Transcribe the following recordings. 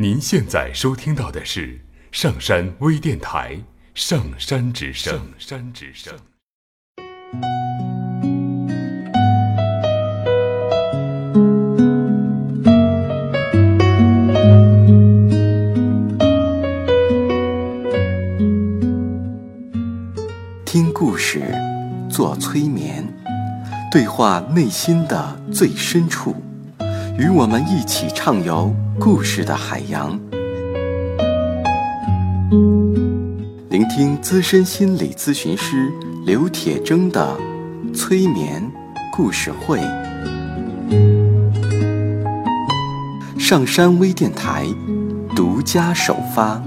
您现在收听到的是上山微电台《上山之声》。 听故事，做催眠，对话内心的最深处，与我们一起畅游故事的海洋。聆听资深心理咨询师刘铁铮的催眠故事会。上山微电台独家首发。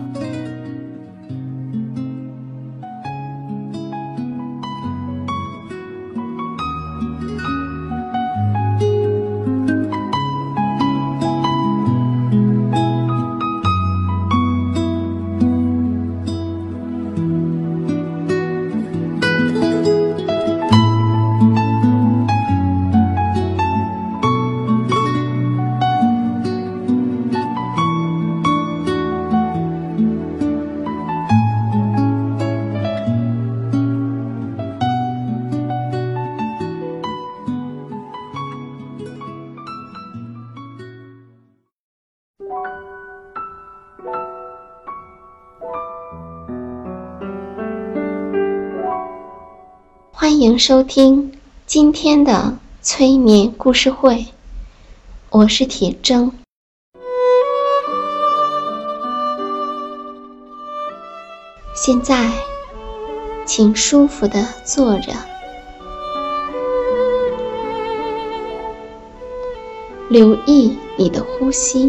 欢迎收听今天的催眠故事会，我是铁铮。现在，请舒服地坐着，留意你的呼吸。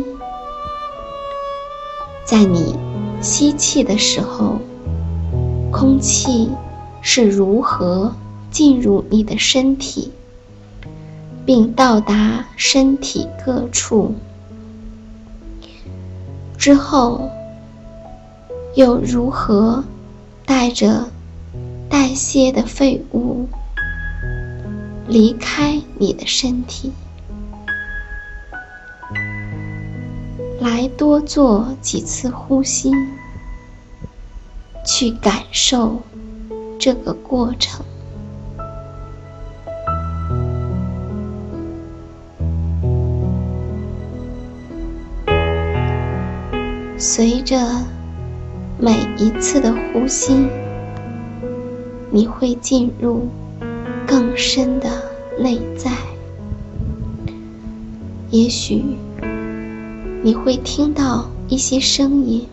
在你吸气的时候，空气是如何进入你的身体，并到达身体各处，之后又如何带着代谢的废物离开你的身体。来多做几次呼吸，去感受这个过程。随着每一次的呼吸，你会进入更深的内在。也许你会听到一些声音，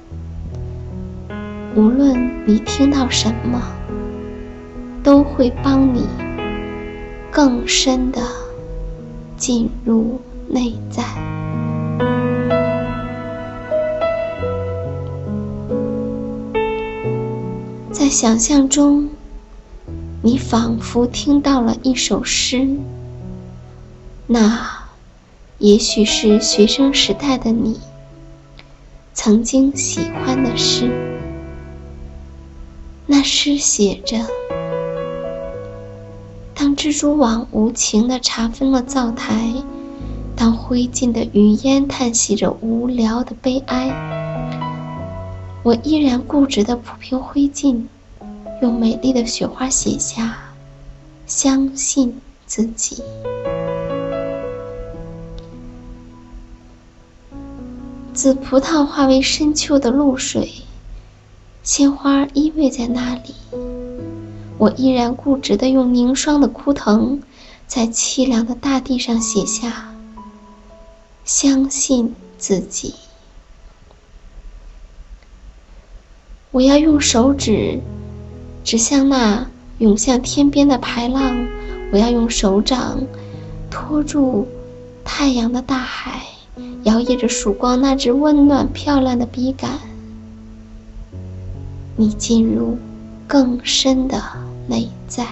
无论你听到什么，都会帮你更深地进入内在。在想象中，你仿佛听到了一首诗，那也许是学生时代的你曾经喜欢的诗。那诗写着：当蜘蛛网无情地查封了灶台，当灰烬的云烟叹息着无聊的悲哀，我依然固执地抚平灰烬，用美丽的雪花写下相信自己。紫葡萄化为深秋的露水，鲜花依偎在那里，我依然固执地用凝霜的枯藤在凄凉的大地上写下相信自己。我要用手指指向那涌向天边的排浪，我要用手掌托住太阳的大海，摇曳着曙光那只温暖漂亮的笔杆。你进入更深的内在。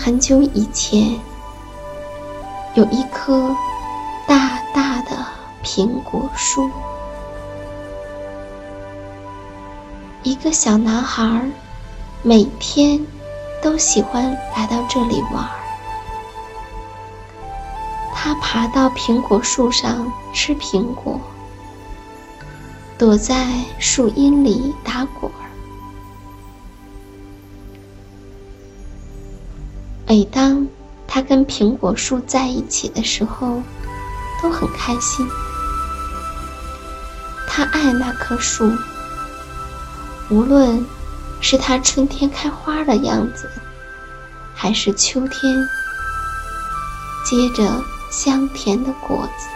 很久以前，有一棵大大的苹果树。一个小男孩每天都喜欢来到这里玩。他爬到苹果树上吃苹果，躲在树荫里打滚儿。每当他跟苹果树在一起的时候，都很开心。他爱那棵树，无论是它春天开花的样子，还是秋天结着香甜的果子。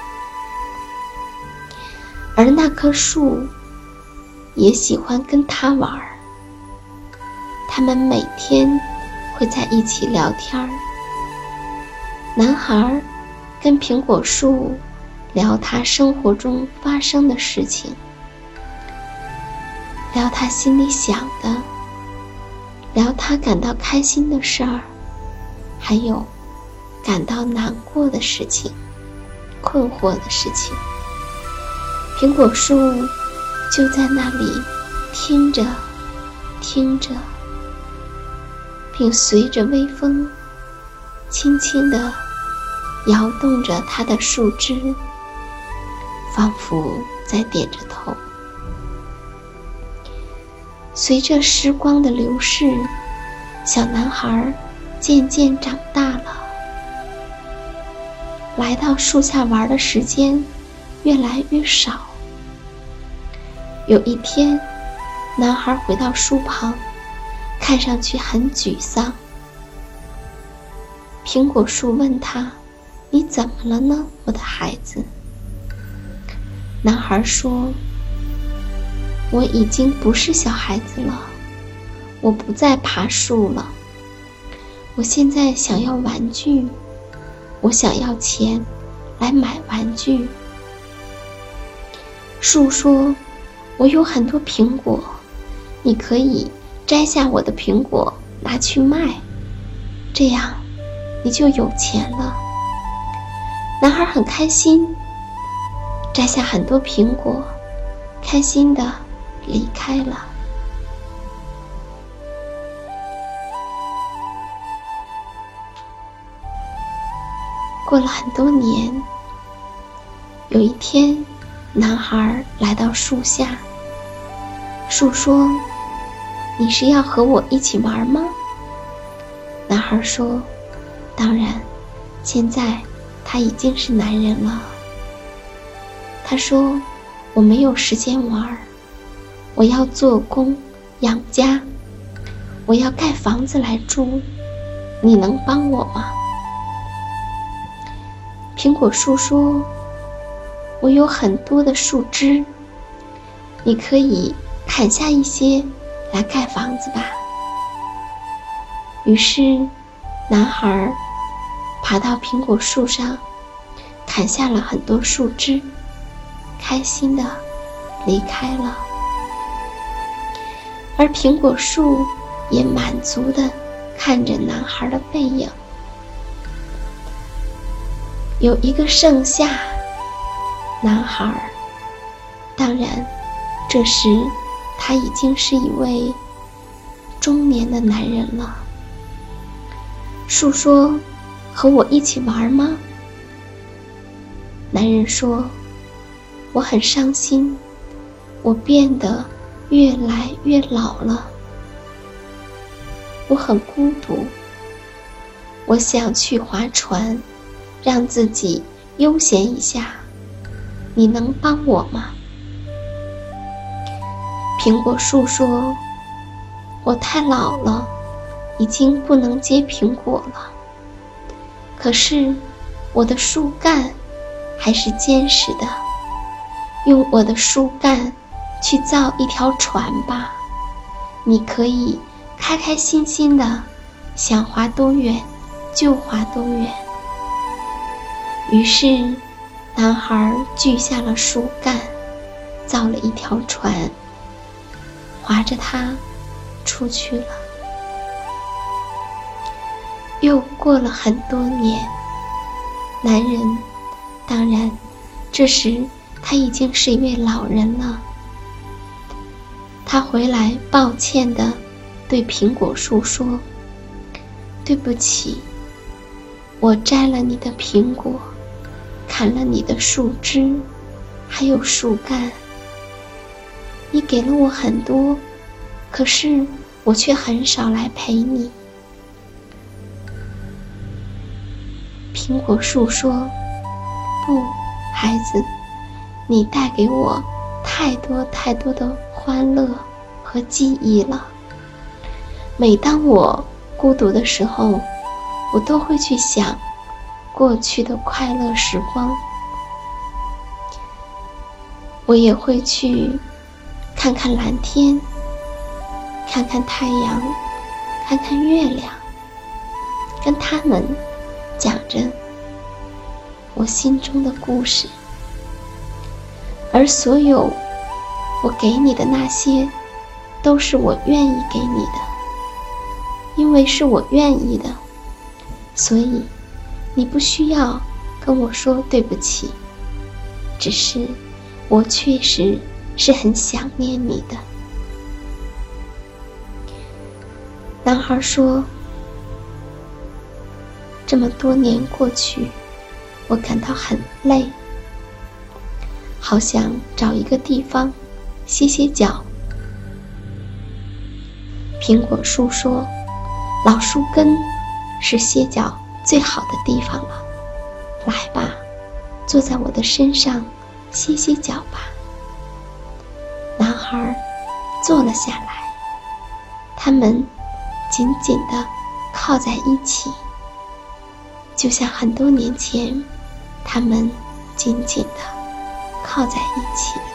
而那棵树也喜欢跟他玩儿，他们每天会在一起聊天儿。男孩跟苹果树聊他生活中发生的事情，聊他心里想的，聊他感到开心的事儿，还有感到难过的事情，困惑的事情。苹果树就在那里听着听着，并随着微风轻轻地摇动着它的树枝，仿佛在点着头。随着时光的流逝，小男孩渐渐长大了，来到树下玩的时间越来越少。有一天，男孩回到树旁，看上去很沮丧。苹果树问他：“你怎么了呢，我的孩子？”男孩说：“我已经不是小孩子了，我不再爬树了。我现在想要玩具，我想要钱来买玩具。”树说：“我有很多苹果，你可以摘下我的苹果拿去卖，这样你就有钱了。”男孩很开心，摘下很多苹果，开心地离开了。过了很多年，有一天，男孩来到树下。树说：“你是要和我一起玩吗？”男孩说：“当然，现在他已经是男人了。”他说：“我没有时间玩，我要做工养家，我要盖房子来住，你能帮我吗？”苹果树说：“我有很多的树枝，你可以砍下一些来盖房子吧。”于是，男孩爬到苹果树上，砍下了很多树枝，开心地离开了。而苹果树也满足地看着男孩的背影。有一个盛夏，男孩，当然，这时他已经是一位中年的男人了。树说：“和我一起玩吗？”男人说：“我很伤心，我变得越来越老了，我很孤独，我想去划船，让自己悠闲一下，你能帮我吗？”苹果树说：“我太老了，已经不能结苹果了，可是我的树干还是坚实的，用我的树干去造一条船吧，你可以开开心心的想划多远就划多远。”于是男孩锯下了树干，造了一条船，划着它出去了。 又过了很多年，男人，当然，这时他已经是一位老人了。他回来抱歉地对苹果树说：“对不起，我摘了你的苹果，砍了你的树枝，还有树干。你给了我很多，可是我却很少来陪你。”苹果树说：“不，孩子，你带给我太多太多的欢乐和记忆了。每当我孤独的时候，我都会去想过去的快乐时光。我也会去看看蓝天，看看太阳，看看月亮，跟他们讲着我心中的故事。而所有我给你的那些，都是我愿意给你的，因为是我愿意的，所以你不需要跟我说对不起，只是我确实是很想念你的。”男孩说：“这么多年过去，我感到很累，好想找一个地方歇歇脚。”苹果树说：“老树根是歇脚最好的地方了，来吧，坐在我的身上歇歇脚吧。”男孩坐了下来，他们紧紧地靠在一起，就像很多年前他们紧紧地靠在一起。